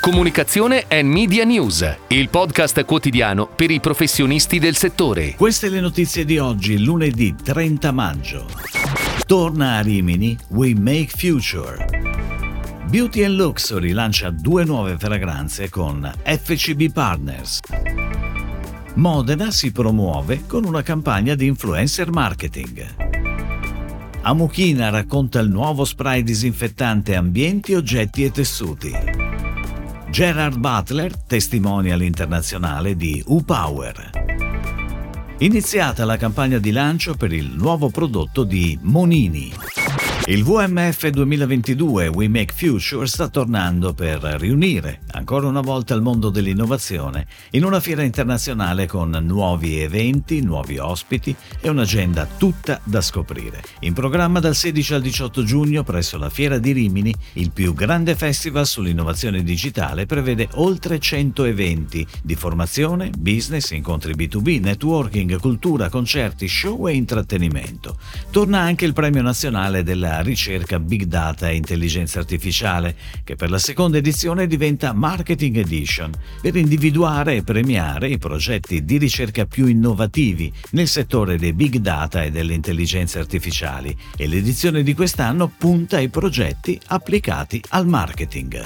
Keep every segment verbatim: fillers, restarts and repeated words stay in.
Comunicazione and Media News, il podcast quotidiano per i professionisti del settore. Queste le notizie di oggi, lunedì trenta maggio. Torna a Rimini We Make Future. Beauty and Luxury lancia due nuove fragranze con F C B Partners. Modena si promuove con una campagna di influencer marketing. Amuchina racconta il nuovo spray disinfettante ambienti, oggetti e tessuti. Gerard Butler, testimonial internazionale di U-Power. Iniziata la campagna di lancio per il nuovo prodotto di Monini. Il W M F duemilaventidue We Make Future sta tornando per riunire ancora una volta il mondo dell'innovazione in una fiera internazionale con nuovi eventi, nuovi ospiti e un'agenda tutta da scoprire. In programma dal sedici al diciotto giugno presso la Fiera di Rimini, il più grande festival sull'innovazione digitale prevede oltre cento eventi di formazione, business, incontri B due B, networking, cultura, concerti, show e intrattenimento. Torna anche il premio nazionale della ricerca Big Data e Intelligenza Artificiale, che per la seconda edizione diventa Marketing Edition, per individuare e premiare i progetti di ricerca più innovativi nel settore dei Big Data e delle intelligenze artificiali, e l'edizione di quest'anno punta ai progetti applicati al marketing.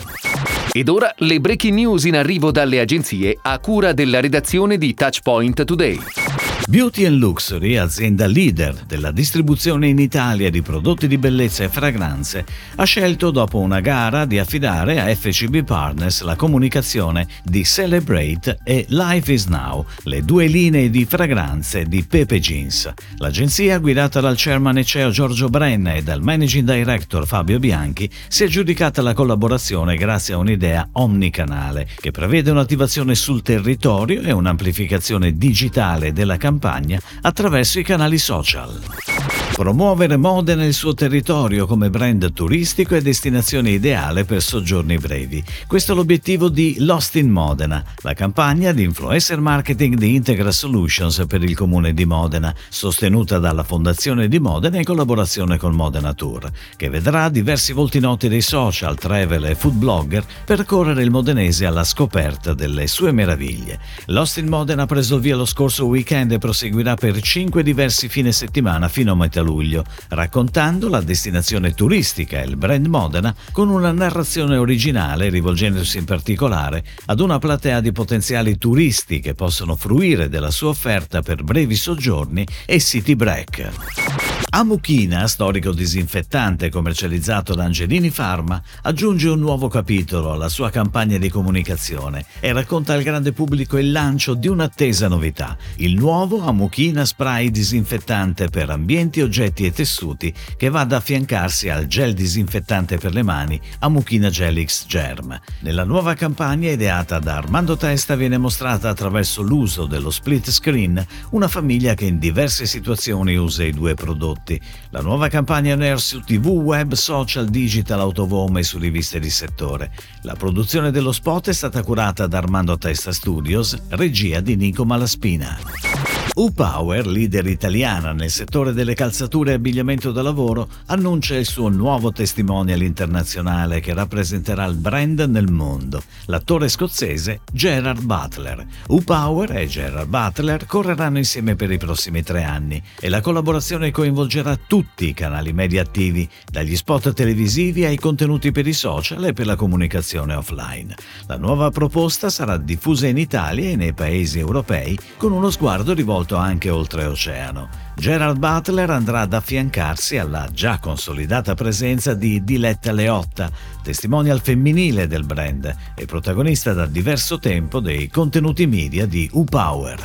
Ed ora le breaking news in arrivo dalle agenzie a cura della redazione di Touchpoint Today. Beauty and Luxury, azienda leader della distribuzione in Italia di prodotti di bellezza e fragranze, ha scelto dopo una gara di affidare a F C B Partners la comunicazione di Celebrate e Life is Now, le due linee di fragranze di Pepe Jeans. L'agenzia, guidata dal chairman e C E O Giorgio Brenna e dal managing director Fabio Bianchi, si è aggiudicata la collaborazione grazie a un'idea omnicanale che prevede un'attivazione sul territorio e un'amplificazione digitale della campagna attraverso i canali social. Promuovere Modena e il suo territorio come brand turistico e destinazione ideale per soggiorni brevi. Questo è l'obiettivo di Lost in Modena, la campagna di influencer marketing di Integra Solutions per il comune di Modena, sostenuta dalla Fondazione di Modena in collaborazione con Modena Tour, che vedrà diversi volti noti dei social, travel e food blogger percorrere il modenese alla scoperta delle sue meraviglie. Lost in Modena ha preso il via lo scorso weekend e proseguirà per cinque diversi fine settimana fino a metà luglio, raccontando la destinazione turistica e il brand Modena con una narrazione originale, rivolgendosi in particolare ad una platea di potenziali turisti che possono fruire della sua offerta per brevi soggiorni e city break. Amuchina, storico disinfettante commercializzato da Angelini Pharma, aggiunge un nuovo capitolo alla sua campagna di comunicazione e racconta al grande pubblico il lancio di un'attesa novità, il nuovo Amuchina spray disinfettante per ambienti, oggetti e tessuti, che va ad affiancarsi al gel disinfettante per le mani Amuchina Gel X Germ. Nella nuova campagna ideata da Armando Testa viene mostrata attraverso l'uso dello split screen una famiglia che in diverse situazioni usa i due prodotti. La nuova campagna ne è su tivù, web, social, digital, out of home e su riviste di settore. La produzione dello spot è stata curata da Armando Testa Studios, regia di Nico Malaspina. U-Power, leader italiana nel settore delle calzature e abbigliamento da lavoro, annuncia il suo nuovo testimonial internazionale che rappresenterà il brand nel mondo, l'attore scozzese Gerard Butler. U-Power e Gerard Butler correranno insieme per i prossimi tre anni e la collaborazione coinvolgerà tutti i canali media attivi, dagli spot televisivi ai contenuti per i social e per la comunicazione offline. La nuova proposta sarà diffusa in Italia e nei paesi europei con uno sguardo rivolto anche oltreoceano. Gerard Butler andrà ad affiancarsi alla già consolidata presenza di Diletta Leotta, testimonial femminile del brand e protagonista da diverso tempo dei contenuti media di U-Power.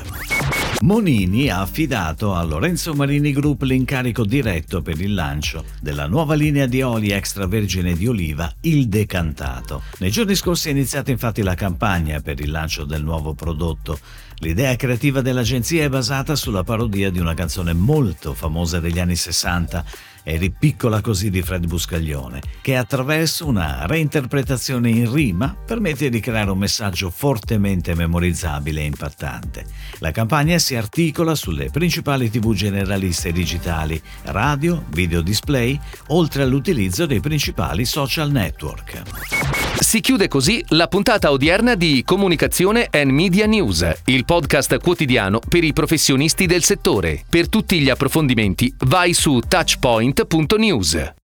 Monini ha affidato a Lorenzo Marini Group l'incarico diretto per il lancio della nuova linea di oli extravergine di oliva, il Decantato. Nei giorni scorsi è iniziata infatti la campagna per il lancio del nuovo prodotto. L'idea creativa dell'agenzia è basata sulla parodia di una canzone molto famosa degli anni sessanta, Eri piccola così di Fred Buscaglione, che attraverso una reinterpretazione in rima permette di creare un messaggio fortemente memorizzabile e impattante. La campagna si articola sulle principali tivù generaliste digitali, radio, video display, oltre all'utilizzo dei principali social network. Si chiude così la puntata odierna di Comunicazione and Media News, il podcast quotidiano per i professionisti del settore. Per tutti gli approfondimenti vai su touchpoint punto news.